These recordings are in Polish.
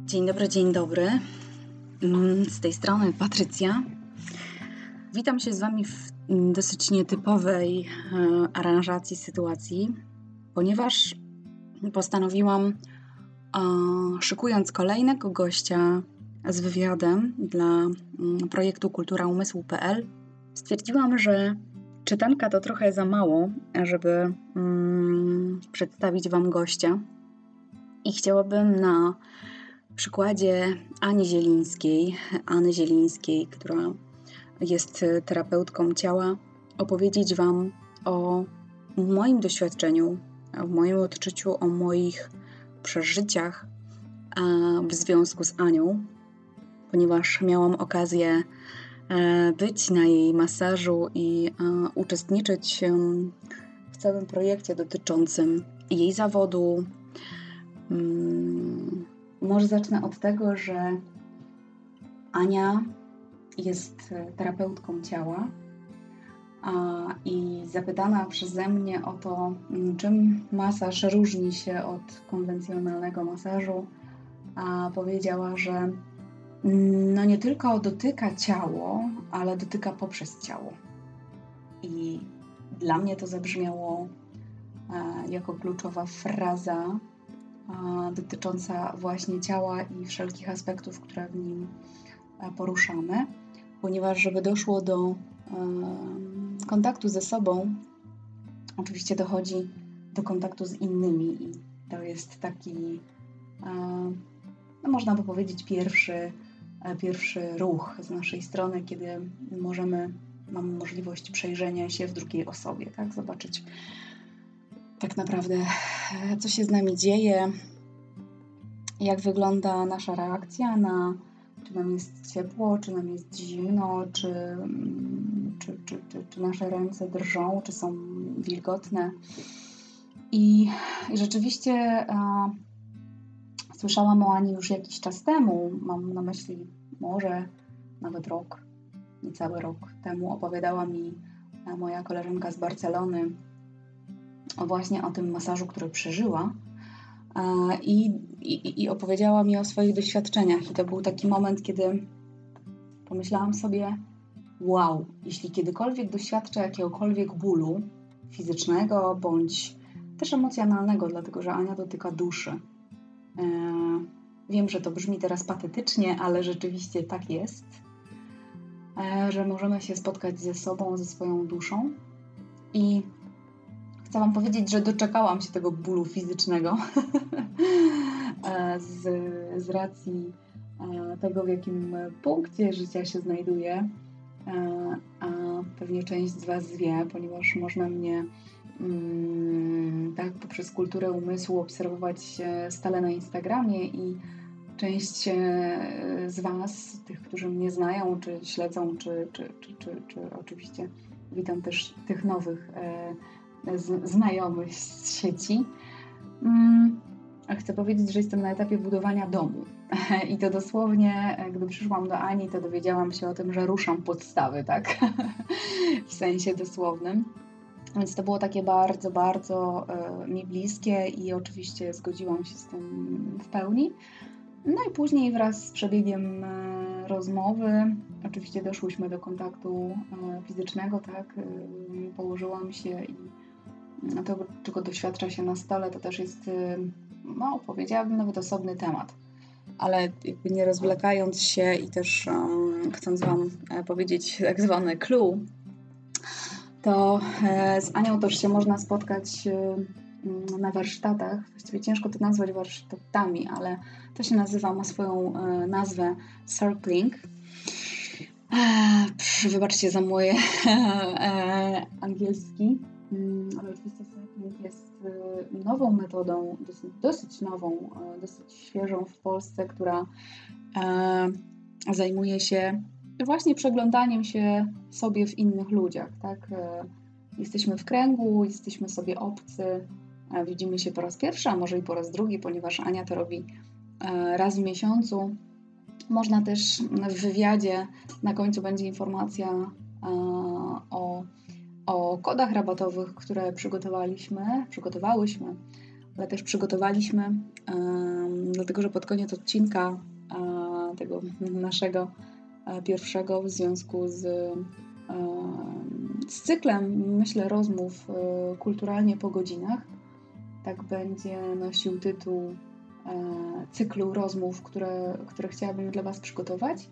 Dzień dobry. Z tej strony Patrycja. Witam się z Wami w dosyć nietypowej aranżacji sytuacji, ponieważ postanowiłam, szykując kolejnego gościa z wywiadem dla projektu kulturaumysłu.pl, stwierdziłam, że czytanka to trochę za mało, żeby przedstawić Wam gościa. I chciałabym na przykładzie Anny Zielińskiej, która jest terapeutką ciała, opowiedzieć Wam o moim doświadczeniu, o moim odczuciu, o moich przeżyciach w związku z Anią, ponieważ miałam okazję być na jej masażu i uczestniczyć w całym projekcie dotyczącym jej zawodu. Może zacznę od tego, że Ania jest terapeutką ciała i zapytana przeze mnie o to, czym masaż różni się od konwencjonalnego masażu, powiedziała, że nie tylko dotyka ciało, ale dotyka poprzez ciało. I dla mnie to zabrzmiało jako kluczowa fraza dotycząca właśnie ciała i wszelkich aspektów, które w nim poruszamy, ponieważ żeby doszło do kontaktu ze sobą, oczywiście dochodzi do kontaktu z innymi i to jest taki, można by powiedzieć, pierwszy ruch z naszej strony, kiedy mamy możliwość przejrzenia się w drugiej osobie, tak? Zobaczyć tak naprawdę, co się z nami dzieje, jak wygląda nasza reakcja czy nam jest ciepło, czy nam jest zimno, czy nasze ręce drżą, czy są wilgotne. I rzeczywiście słyszałam o Ani już jakiś czas temu, mam na myśli może nawet niecały rok temu opowiadała mi moja koleżanka z Barcelony właśnie o tym masażu, który przeżyła i opowiedziała mi o swoich doświadczeniach. I to był taki moment, kiedy pomyślałam sobie, wow, jeśli kiedykolwiek doświadczę jakiegokolwiek bólu fizycznego bądź też emocjonalnego, dlatego że Ania dotyka duszy. Wiem, że to brzmi teraz patetycznie, ale rzeczywiście tak jest, że możemy się spotkać ze sobą, ze swoją duszą. I chcę Wam powiedzieć, że doczekałam się tego bólu fizycznego z racji tego, w jakim punkcie życia się znajduję, a pewnie część z Was wie, ponieważ można mnie tak poprzez kulturę umysłu obserwować stale na Instagramie i część z Was, tych, którzy mnie znają, czy śledzą, czy oczywiście witam też tych nowych znajomych z sieci. Chcę powiedzieć, że jestem na etapie budowania domu. I to dosłownie, gdy przyszłam do Ani, to dowiedziałam się o tym, że ruszam podstawy, tak? W sensie dosłownym. Więc to było takie bardzo, bardzo mi bliskie i oczywiście zgodziłam się z tym w pełni. No i później wraz z przebiegiem rozmowy, oczywiście doszłyśmy do kontaktu fizycznego, tak? Położyłam się i to, czego doświadcza się na stole, to też jest, powiedziałabym, nawet osobny temat. Ale jakby nie rozwlekając się i też chcąc Wam powiedzieć tak zwane clue, to z Anią też się można spotkać na warsztatach. Właściwie ciężko to nazwać warsztatami, ale to się ma swoją nazwę circling. Wybaczcie za moje angielski, ale oczywiście circling jest nową metodą, dosyć nową, dosyć świeżą w Polsce, która zajmuje się właśnie przeglądaniem się sobie w innych ludziach, tak? Jesteśmy w kręgu, jesteśmy sobie obcy, widzimy się po raz pierwszy, a może i po raz drugi, ponieważ Ania to robi raz w miesiącu. Można też w wywiadzie, na końcu będzie informacja o kodach rabatowych, które przygotowałyśmy ale też przygotowaliśmy, dlatego że pod koniec odcinka tego naszego pierwszego w związku z cyklem, myślę, rozmów kulturalnie po godzinach. Tak będzie nosił tytuł cyklu rozmów, które chciałabym dla Was przygotować.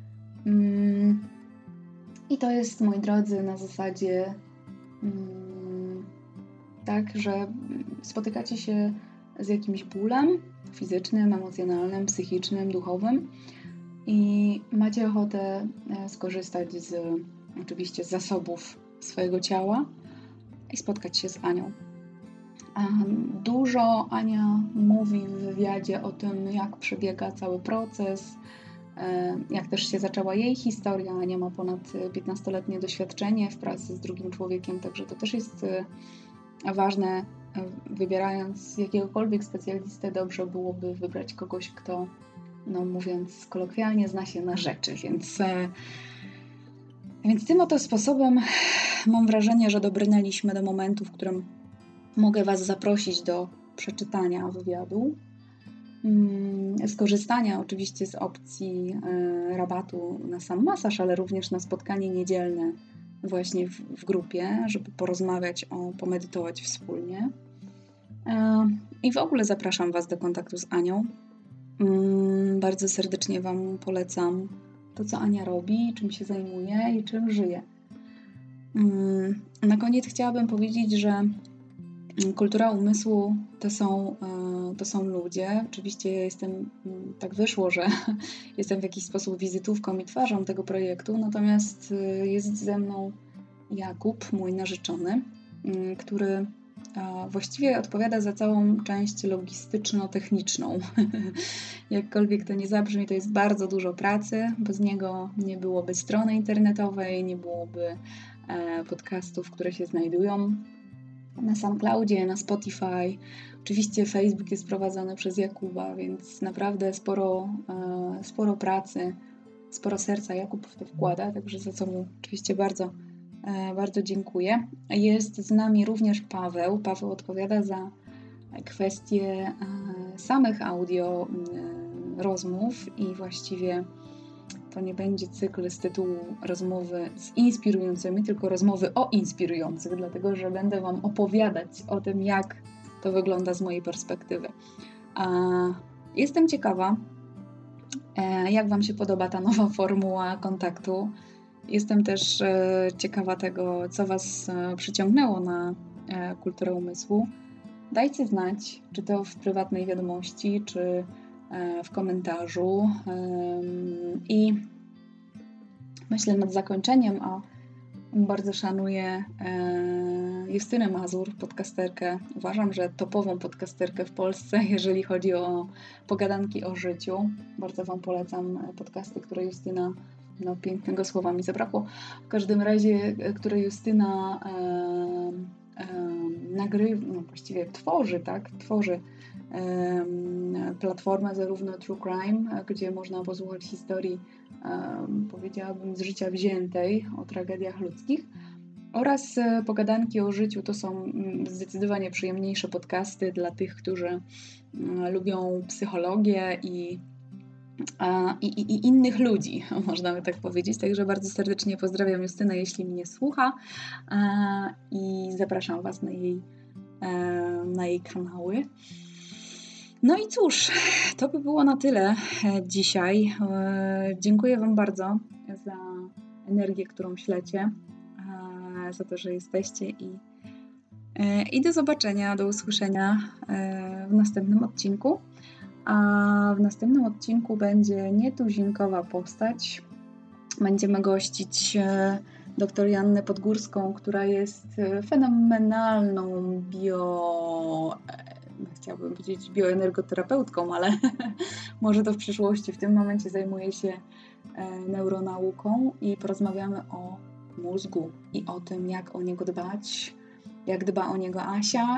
I to jest, moi drodzy, na zasadzie tak, że spotykacie się z jakimś bólem fizycznym, emocjonalnym, psychicznym, duchowym i macie ochotę skorzystać oczywiście z zasobów swojego ciała i spotkać się z Anią. Dużo Ania mówi w wywiadzie o tym, jak przebiega cały proces, jak też się zaczęła jej historia. Ania ma ponad 15-letnie doświadczenie w pracy z drugim człowiekiem, także to też jest ważne. Wybierając jakiegokolwiek specjalistę, dobrze byłoby wybrać kogoś, kto, no mówiąc kolokwialnie, zna się na rzeczy, więc tym oto sposobem mam wrażenie, że dobrnęliśmy do momentu, w którym mogę Was zaprosić do przeczytania wywiadu, skorzystania oczywiście z opcji rabatu na sam masaż, ale również na spotkanie niedzielne właśnie w grupie, żeby porozmawiać, pomedytować wspólnie. I w ogóle zapraszam Was do kontaktu z Anią. Bardzo serdecznie Wam polecam to, co Ania robi, czym się zajmuje i czym żyje. Na koniec chciałabym powiedzieć, że kultura umysłu to są ludzie. Oczywiście tak wyszło, że jestem w jakiś sposób wizytówką i twarzą tego projektu, natomiast jest ze mną Jakub, mój narzeczony, który właściwie odpowiada za całą część logistyczno-techniczną. Jakkolwiek to nie zabrzmi, to jest bardzo dużo pracy. Bez niego nie byłoby strony internetowej, nie byłoby podcastów, które się znajdują na SoundCloudzie, na Spotify. Oczywiście Facebook jest prowadzony przez Jakuba, więc naprawdę sporo pracy, sporo serca Jakub w to wkłada, także za co mu oczywiście bardzo, bardzo dziękuję. Jest z nami również Paweł. Paweł odpowiada za kwestie samych audio rozmów i właściwie to nie będzie cykl z tytułu rozmowy z inspirującymi, tylko rozmowy o inspirujących, dlatego że będę Wam opowiadać o tym, jak to wygląda z mojej perspektywy. Jestem ciekawa, jak Wam się podoba ta nowa formuła kontaktu. Jestem też ciekawa tego, co Was przyciągnęło na kulturę umysłu. Dajcie znać, czy to w prywatnej wiadomości, czy w komentarzu. I myślę nad zakończeniem, a bardzo szanuję Justynę Mazur, podcasterkę. Uważam, że topową podcasterkę w Polsce, jeżeli chodzi o pogadanki o życiu. Bardzo Wam polecam podcasty, które Justyna, pięknego słowa mi zabrakło, w każdym razie, które Justyna właściwie tworzy platformę zarówno True Crime, gdzie można posłuchać historii, powiedziałabym, z życia wziętej, o tragediach ludzkich, oraz pogadanki o życiu. To są zdecydowanie przyjemniejsze podcasty dla tych, którzy lubią psychologię i innych ludzi, można by tak powiedzieć. Także bardzo serdecznie pozdrawiam Justynę, jeśli mnie słucha, i zapraszam Was na jej kanały. No i cóż, to by było na tyle dzisiaj. Dziękuję Wam bardzo za energię, którą ślecie, za to, że jesteście i do zobaczenia, do usłyszenia w następnym odcinku. A w następnym odcinku będzie nietuzinkowa postać. Będziemy gościć dr Joannę Podgórską, która jest fenomenalną chciałabym powiedzieć bioenergoterapeutką, ale może to w przyszłości. W tym momencie zajmuje się neuronauką i porozmawiamy o mózgu i o tym, jak o niego dbać, jak dba o niego Asia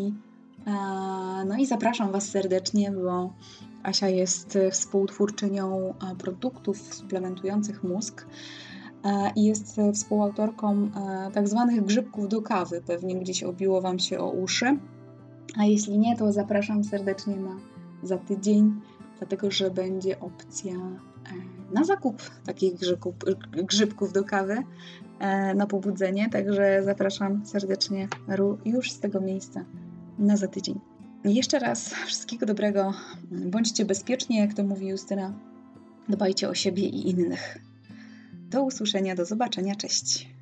i zapraszam Was serdecznie, bo Asia jest współtwórczynią produktów suplementujących mózg i jest współautorką tak zwanych grzybków do kawy. Pewnie gdzieś obiło Wam się o uszy. A jeśli nie, to zapraszam serdecznie za tydzień, dlatego że będzie opcja na zakup takich grzybków do kawy na pobudzenie, także zapraszam serdecznie już z tego miejsca za tydzień. Jeszcze raz wszystkiego dobrego, bądźcie bezpieczni, jak to mówi Justyna, dbajcie o siebie i innych. Do usłyszenia, do zobaczenia, cześć.